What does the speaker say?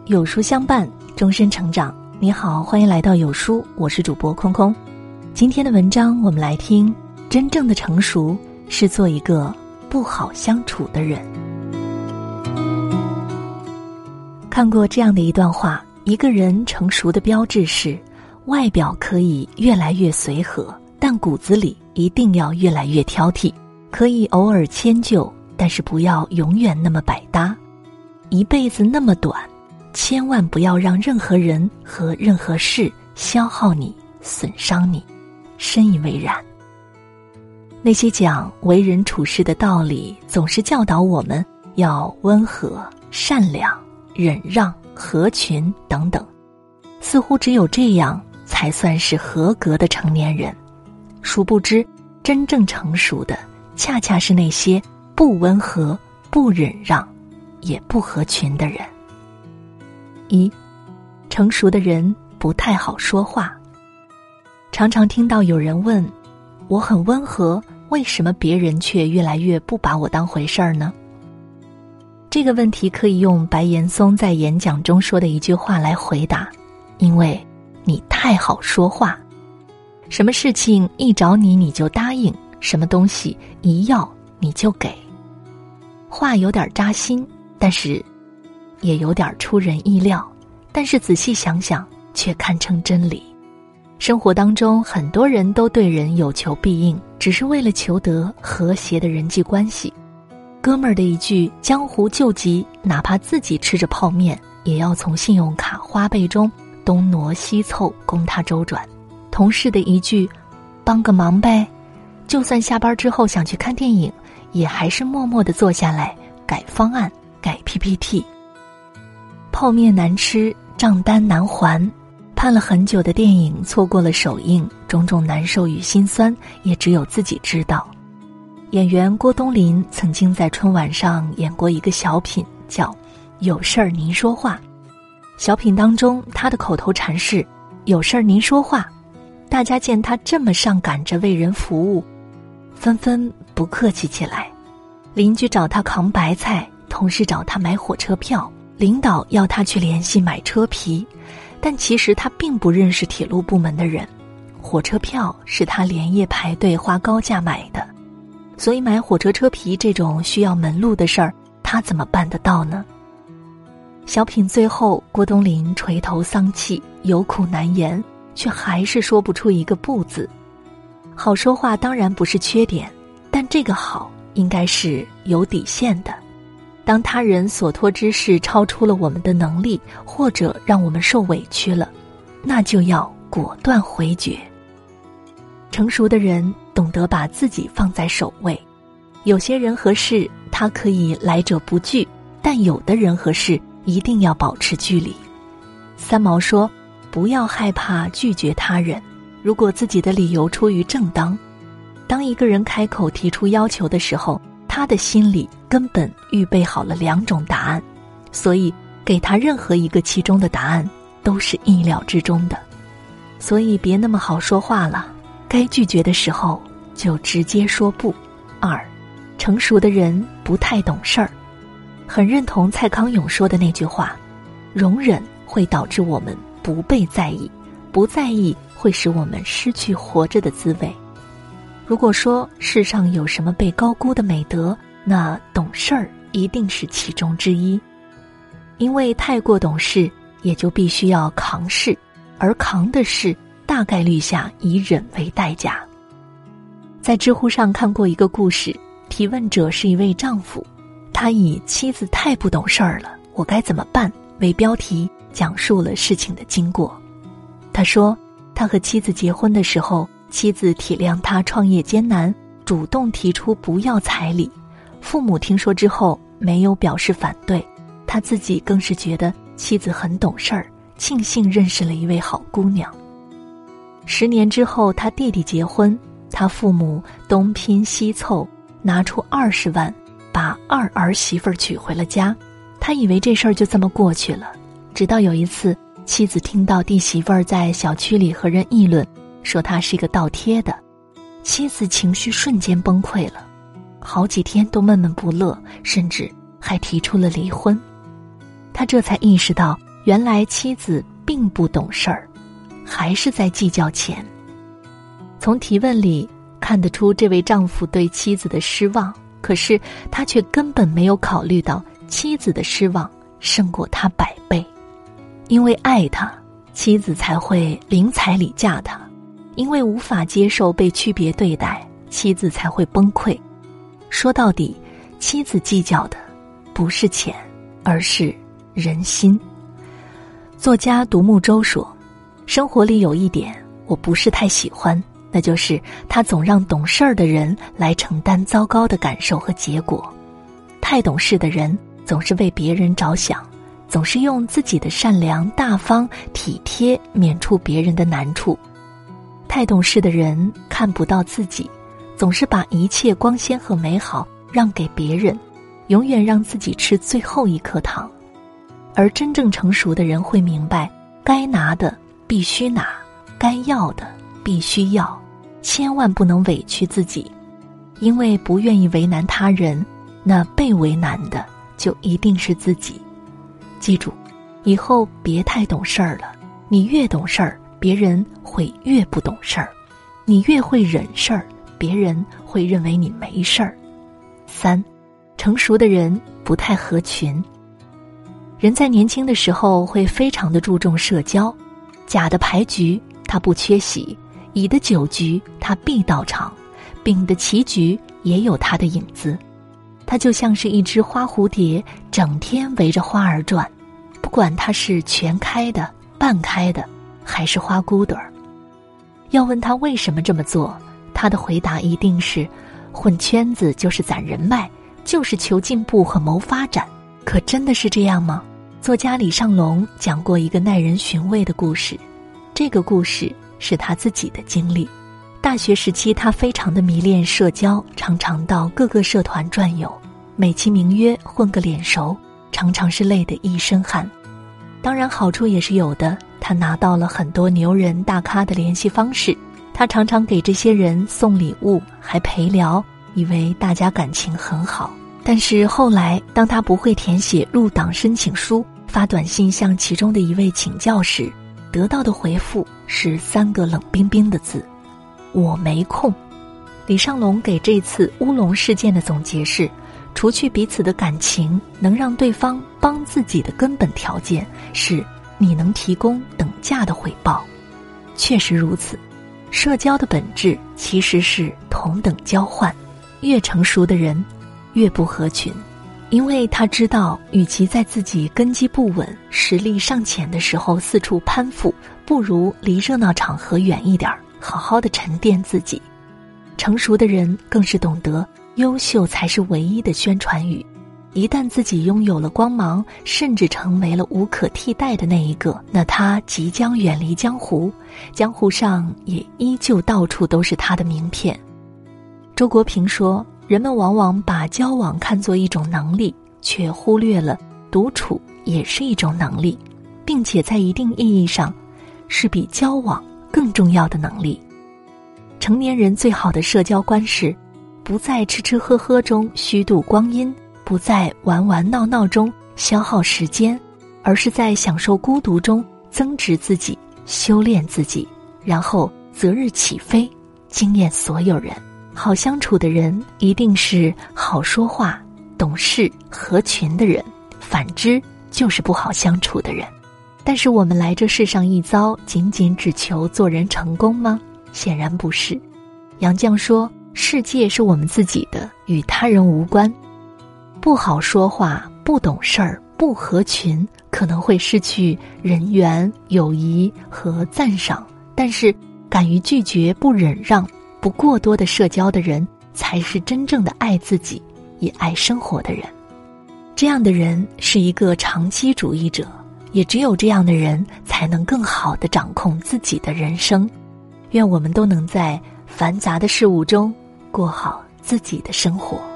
有书相伴，终身成长。你好，欢迎来到有书，我是主播空空。今天的文章我们来听，真正的成熟是做一个不好相处的人。看过这样的一段话，一个人成熟的标志是，外表可以越来越随和，但骨子里一定要越来越挑剔，可以偶尔迁就，但是不要永远那么百搭。一辈子那么短，千万不要让任何人和任何事消耗你、损伤你。深以为然。那些讲为人处事的道理，总是教导我们要温和、善良、忍让、合群等等，似乎只有这样才算是合格的成年人。殊不知，真正成熟的恰恰是那些不温和、不忍让也不合群的人。一，成熟的人不太好说话。常常听到有人问，我很温和，为什么别人却越来越不把我当回事儿呢？这个问题可以用白岩松在演讲中说的一句话来回答，因为你太好说话。什么事情一找你你就答应，什么东西一要你就给。话有点扎心，但是也有点出人意料，但是仔细想想却堪称真理。生活当中很多人都对人有求必应，只是为了求得和谐的人际关系。哥们儿的一句江湖救急，哪怕自己吃着泡面也要从信用卡花呗中东挪西凑供他周转。同事的一句帮个忙呗，就算下班之后想去看电影，也还是默默地坐下来改方案、改 PPT。 泡面难吃，账单难还，盼了很久的电影错过了首映，种种难受与心酸也只有自己知道。演员郭冬临曾经在春晚上演过一个小品，叫《有事儿您说话》。小品当中，他的口头禅是有事儿您说话。大家见他这么上赶着为人服务，纷纷不客气起来。邻居找他扛白菜，同事找他买火车票，领导要他去联系买车皮，但其实他并不认识铁路部门的人。火车票是他连夜排队花高价买的，所以买火车车皮这种需要门路的事儿，他怎么办得到呢？小品最后，郭冬临垂头丧气，有苦难言，却还是说不出一个不字。好说话当然不是缺点，但这个好应该是有底线的。当他人所托之事超出了我们的能力，或者让我们受委屈了，那就要果断回绝。成熟的人懂得把自己放在首位，有些人和事他可以来者不拒，但有的人和事一定要保持距离。三毛说，不要害怕拒绝他人，如果自己的理由出于正当。当一个人开口提出要求的时候，他的心里根本预备好了两种答案，所以给他任何一个其中的答案都是意料之中的。所以别那么好说话了，该拒绝的时候就直接说不。二，成熟的人不太懂事儿。很认同蔡康永说的那句话，容忍会导致我们不被在意，不在意会使我们失去活着的滋味。如果说世上有什么被高估的美德，那懂事儿一定是其中之一。因为太过懂事，也就必须要扛事，而扛的事大概率下以忍为代价。在知乎上看过一个故事，提问者是一位丈夫，他以妻子太不懂事儿了，我该怎么办为标题讲述了事情的经过。他说，他和妻子结婚的时候，妻子体谅他创业艰难，主动提出不要彩礼。父母听说之后没有表示反对，他自己更是觉得妻子很懂事儿，庆幸认识了一位好姑娘。10年之后，他弟弟结婚，他父母东拼西凑，拿出20万把二儿媳妇娶回了家。他以为这事儿就这么过去了，直到有一次妻子听到弟媳妇儿在小区里和人议论，说他是个倒贴的，妻子情绪瞬间崩溃了，好几天都闷闷不乐，甚至还提出了离婚。他这才意识到， 原来妻子并不懂事儿，还是在计较钱。从提问里看得出这位丈夫对妻子的失望，可是他却根本没有考虑到妻子的失望胜过他100倍。因为爱他，妻子才会零彩礼嫁他；因为无法接受被区别对待，妻子才会崩溃。说到底，妻子计较的不是钱，而是人心。作家独木舟说，生活里有一点我不是太喜欢，那就是他总让懂事儿的人来承担糟糕的感受和结果。太懂事的人总是为别人着想，总是用自己的善良、大方、体贴免除别人的难处。太懂事的人看不到自己，总是把一切光鲜和美好让给别人，永远让自己吃最后一颗糖。而真正成熟的人会明白，该拿的必须拿，该要的必须要，千万不能委屈自己。因为不愿意为难他人，那被为难的就一定是自己。记住，以后别太懂事儿了，你越懂事儿，别人会越不懂事儿；你越会忍事儿，别人会认为你没事儿。3，成熟的人不太合群。人在年轻的时候会非常的注重社交，甲的牌局他不缺席，乙的酒局他必到场，丙的棋局也有他的影子。他就像是一只花蝴蝶，整天围着花儿转，不管它是全开的、半开的，还是花骨朵儿。要问他为什么这么做，他的回答一定是：混圈子就是攒人脉，就是求进步和谋发展。可真的是这样吗？作家李尚龙讲过一个耐人寻味的故事，这个故事是他自己的经历。大学时期，他非常的迷恋社交，常常到各个社团转悠，美其名曰混个脸熟，常常是累得一身汗。当然好处也是有的，他拿到了很多牛人大咖的联系方式，他常常给这些人送礼物，还陪聊，以为大家感情很好。但是后来，当他不会填写入党申请书，发短信向其中的一位请教时，得到的回复是3个冷冰冰的字：我没空。李尚龙给这次乌龙事件的总结是，除去彼此的感情，能让对方帮自己的根本条件是你能提供等价的回报。确实如此，社交的本质其实是同等交换。越成熟的人越不合群，因为他知道，与其在自己根基不稳、实力尚浅的时候四处攀附，不如离热闹场合远一点，好好的沉淀自己。成熟的人更是懂得，优秀才是唯一的宣传语。一旦自己拥有了光芒，甚至成为了无可替代的那一个，那他即将远离江湖，江湖上也依旧到处都是他的名片。周国平说，人们往往把交往看作一种能力，却忽略了独处也是一种能力，并且在一定意义上是比交往更重要的能力。成年人最好的社交观是，不在吃吃喝喝中虚度光阴，不在玩玩闹闹中消耗时间，而是在享受孤独中增值自己，修炼自己，然后择日起飞，惊艳所有人。好相处的人一定是好说话、懂事、合群的人，反之就是不好相处的人。但是我们来这世上一遭，仅仅只求做人成功吗？显然不是。杨绛说，世界是我们自己的，与他人无关。不好说话、不懂事儿、不合群，可能会失去人缘、友谊和赞赏，但是敢于拒绝、不忍让、不过多的社交的人，才是真正的爱自己也爱生活的人。这样的人是一个长期主义者，也只有这样的人才能更好地掌控自己的人生。愿我们都能在繁杂的事物中过好自己的生活。